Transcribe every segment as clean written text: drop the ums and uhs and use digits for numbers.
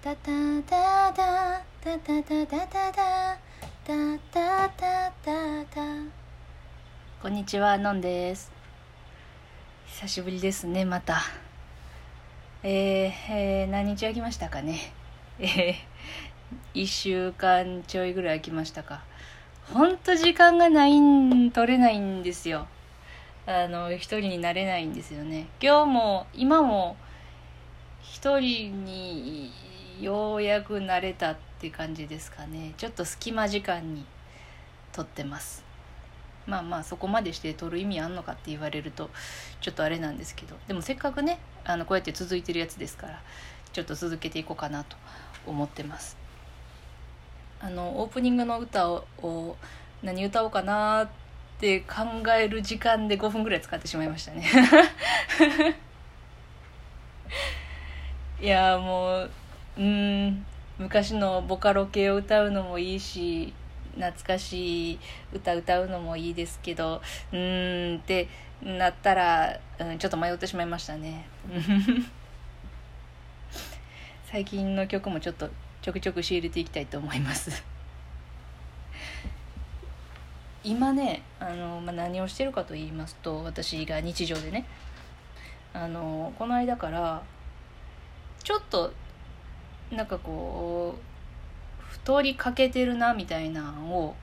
タタタタタタタタタタタタタタ。こんにちは、のんです。久しぶりですね、また。何日空きましたかね。1週間ちょいぐらい空きましたか。ほんと時間が取れないんですよ。一人になれないんですよね。今も一人にようやくなれたって感じですかね。ちょっと隙間時間に撮ってます。まあそこまでして撮る意味あんのかって言われるとちょっとあれなんですけど、でもせっかくねこうやって続いてるやつですから、ちょっと続けていこうかなと思ってます。オープニングの歌を何歌おうかなって考える時間で5分ぐらい使ってしまいましたね。いやもう昔のボカロ系を歌うのもいいし、懐かしい歌うのもいいですけど、ってなったら、ちょっと迷ってしまいましたね。最近の曲もちょくちょく仕入れていきたいと思います。今ね何をしてるかと言いますと、私が日常でねこの間からちょっとなんかこう太りかけてるなみたいなのを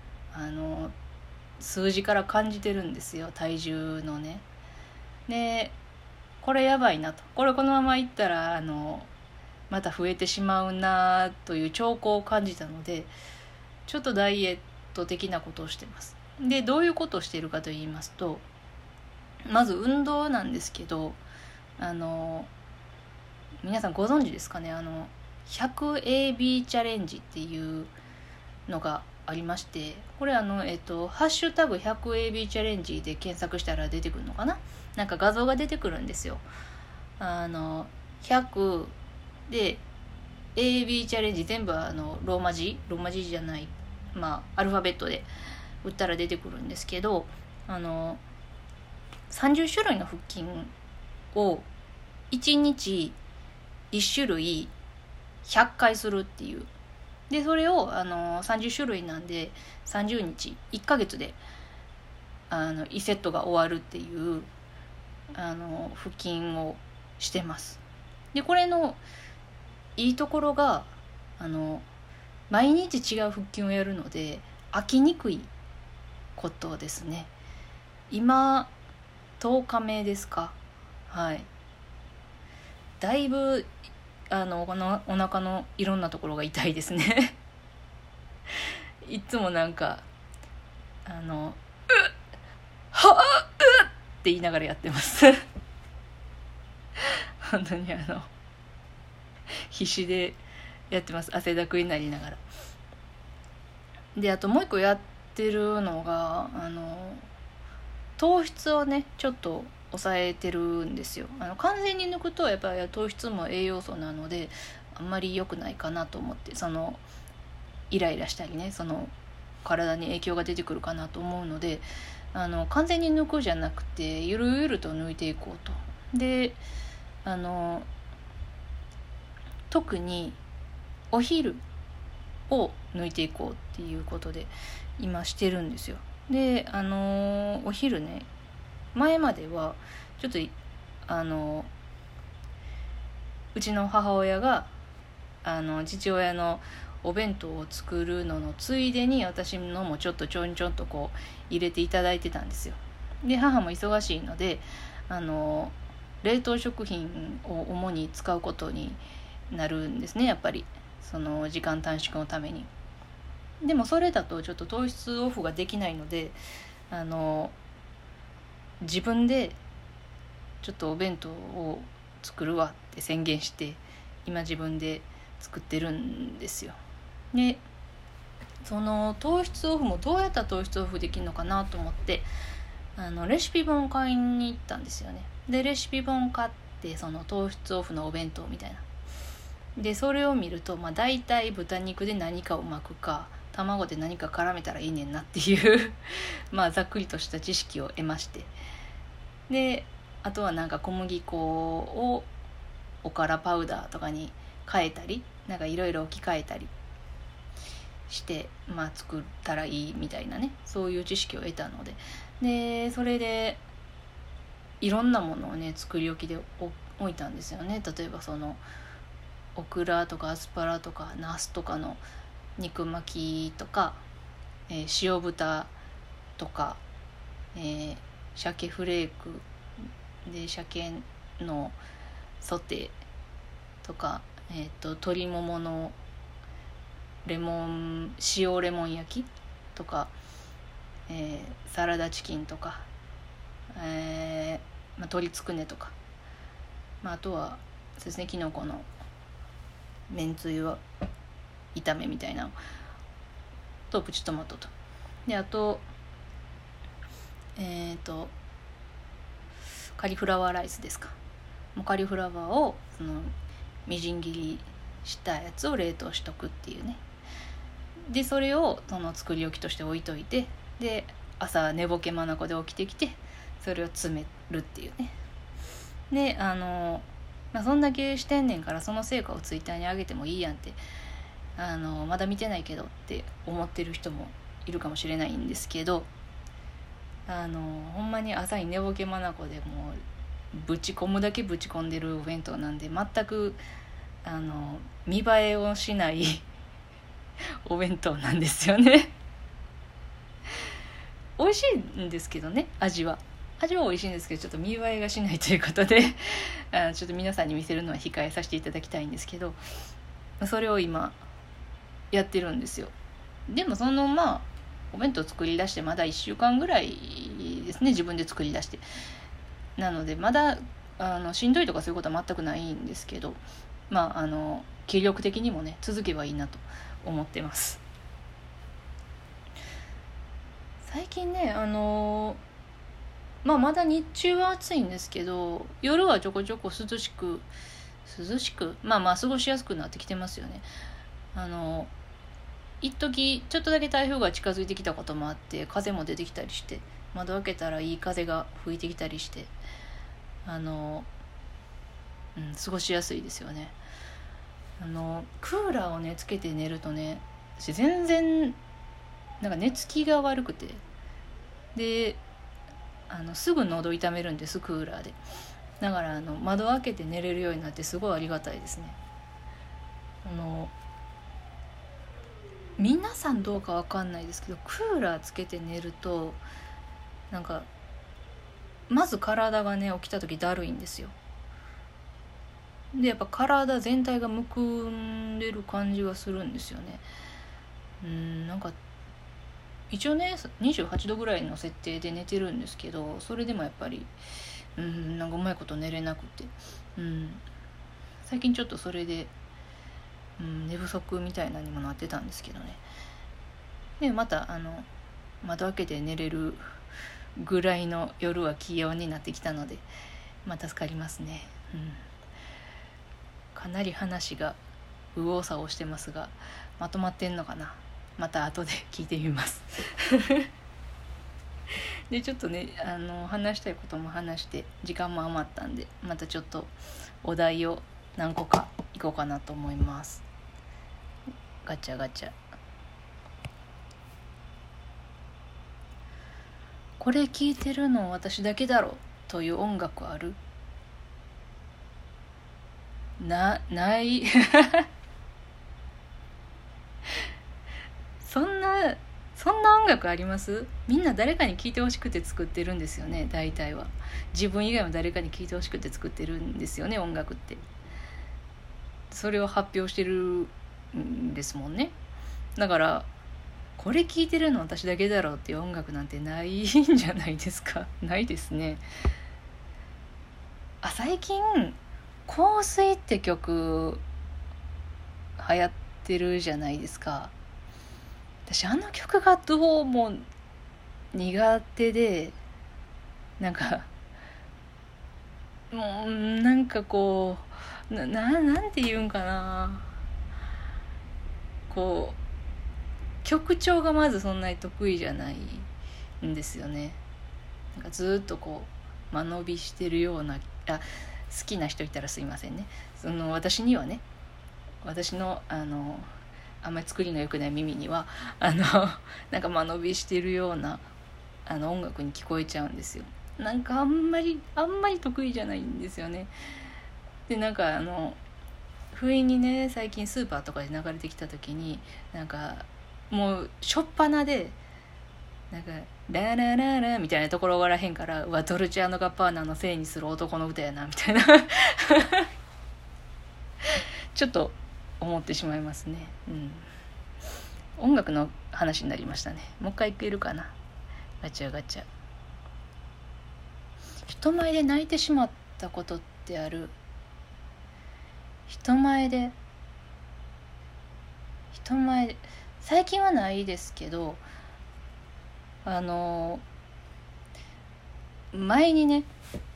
数字から感じてるんですよ、体重のね。でこれやばいなと、このままいったらまた増えてしまうなという兆候を感じたので、ちょっとダイエット的なことをしてます。でどういうことをしているかと言いますと、まず運動なんですけど、皆さんご存知ですかね、100AB チャレンジっていうのがありまして、これハッシュタグ 100AB チャレンジで検索したら出てくるのかな、なんか画像が出てくるんですよ。100で AB チャレンジ全部ローマ字じゃない、アルファベットで打ったら出てくるんですけど、30種類の腹筋を1日1種類100回するっていう。でそれを30種類なんで30日1ヶ月で1セットが終わるっていう腹筋をしてます。でこれのいいところが毎日違う腹筋をやるので飽きにくいことですね。今10日目ですか。はい、だいぶこのお腹のいろんなところが痛いですね。いつもなんかはっって言いながらやってます。本当に必死でやってます、汗だくになりながら。であともう一個やってるのが糖質をねちょっと抑えてるんですよ。完全に抜くとやっぱり糖質も栄養素なのであんまり良くないかなと思って、イライラしたりね体に影響が出てくるかなと思うので完全に抜くじゃなくてゆるゆると抜いていこうと。で特にお昼を抜いていこうっていうことで今してるんですよ。でお昼ね、前まではちょっとうちの母親が父親のお弁当を作るののついでに私のもちょっとちょんとこう入れていただいてたんですよ。で母も忙しいので冷凍食品を主に使うことになるんですね、やっぱりその時間短縮のために。でもそれだとちょっと糖質オフができないので自分でちょっとお弁当を作るわって宣言して今自分で作ってるんですよ。でその糖質オフもどうやったら糖質オフできるのかなと思ってレシピ本買いに行ったんですよね。でレシピ本買ってその糖質オフのお弁当みたいなでそれを見ると大体豚肉で何かを巻くか卵で何か絡めたらいいねんなっていうざっくりとした知識を得まして、であとはなんか小麦粉をおからパウダーとかに変えたりなんかいろいろ置き換えたりして、作ったらいいみたいなね、そういう知識を得たので、それでいろんなものをね作り置きで置いたんですよね。例えばそのオクラとかアスパラとかナスとかの肉巻きとか、塩豚とか、鮭フレークで鮭のソテーとか、鶏ももの塩レモン焼きとか、サラダチキンとか、鶏つくねとか、あとはそうですね、きのこのめんつゆ炒めみたいなとプチトマトと、であとカリフラワーライスですか。もうカリフラワーをそのみじん切りしたやつを冷凍しとくっていうね。でそれをその作り置きとして置いといて、で朝寝ぼけまなこで起きてきてそれを詰めるっていうね。でそんだけしてんねんからその成果をツイッターに上げてもいいやんって、まだ見てないけどって思ってる人もいるかもしれないんですけど、ほんまに朝に寝ぼけまなこでもうぶち込むだけぶち込んでるお弁当なんで、全く見栄えをしないお弁当なんですよね。美味しいんですけどね、味は美味しいんですけど、ちょっと見栄えがしないということでちょっと皆さんに見せるのは控えさせていただきたいんですけど、それを今やってるんですよ。でもそのお弁当作り出してまだ1週間ぐらいですね、自分で作り出して。なのでまだしんどいとかそういうことは全くないんですけど、気力的にもね続けばいいなと思ってます。最近ねまだ日中は暑いんですけど、夜はちょこちょこ涼しく過ごしやすくなってきてますよね。一時ちょっとだけ台風が近づいてきたこともあって風も出てきたりして、窓開けたらいい風が吹いてきたりして、過ごしやすいですよね。クーラーをねつけて寝るとね、私全然なんか寝つきが悪くて、ですぐ喉痛めるんです、クーラーで。だから窓開けて寝れるようになってすごいありがたいですね。皆さんどうかわかんないですけど、クーラーつけて寝るとなんかまず体がね起きた時だるいんですよ。でやっぱ体全体がむくんでる感じがするんですよね。なんか一応ね28度ぐらいの設定で寝てるんですけど、それでもやっぱりなんかうまいこと寝れなくて、最近ちょっとそれで、寝不足みたいなにもなってたんですけどね。でまた窓開けて寝れるぐらいの夜は気温になってきたので、助かりますね。かなり話が右往左往してますが、まとまってんのかな。また後で聞いてみますでちょっとね話したいことも話して時間も余ったんで、またちょっとお題を何個かいこうかなと思います。ガチャガチャ。これ聴いてるの私だけだろという音楽ある？ないそんな音楽あります？みんな誰かに聴いてほしくて作ってるんですよね。大体は自分以外も誰かに聴いてほしくて作ってるんですよね、音楽って。それを発表してるんですもんね。だからこれ聴いてるの私だけだろうっていう音楽なんてないんじゃないですか。ないですね。最近香水って曲流行ってるじゃないですか。私曲がどうも苦手で、なんかこうなんて言うんかな、こう曲調がまずそんなに得意じゃないんですよね。なんかずっとこう間延びしてるような好きな人いたらすいませんね。私にはね私のあんまり作りの良くない耳にはなんか間延びしてるような音楽に聞こえちゃうんですよ。なんかあんまり得意じゃないんですよね。でなんか不意にね、最近スーパーとかで流れてきた時になんかもうしょっぱなでなんかララララみたいなところがらへんから、うわドルチェ&ガッパーナのせいにする男の歌やなみたいなちょっと思ってしまいますね。音楽の話になりましたね。もう一回いけるかな。ガチャガチャ。人前で泣いてしまったことってある？人前で最近はないですけど、前にね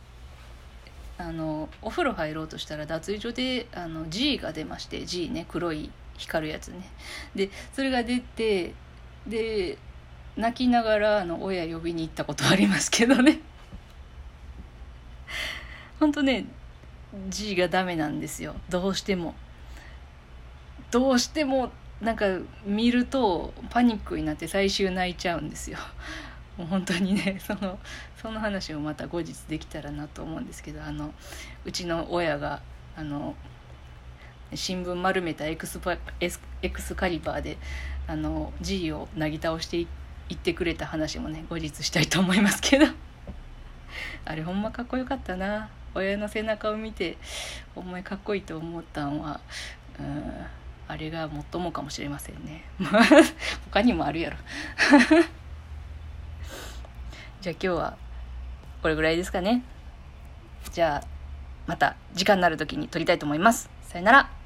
お風呂入ろうとしたら脱衣所でG が出まして、 G ね、黒い光るやつね。でそれが出て、で泣きながら親呼びに行ったことはありますけどねほんとね G がダメなんですよ。どうしてもなんか見るとパニックになって最終泣いちゃうんですよ。もう本当にね、その話をまた後日できたらなと思うんですけど、うちの親が新聞丸めたエクスカリバーでG をなぎ倒していってくれた話もね後日したいと思いますけどあれほんまかっこよかったな。親の背中を見てほんまにかっこいいと思ったんはあれが最もかもしれませんね他にもあるやろじゃあ今日はこれぐらいですかね。じゃあまた時間になる時に撮りたいと思います。さよなら。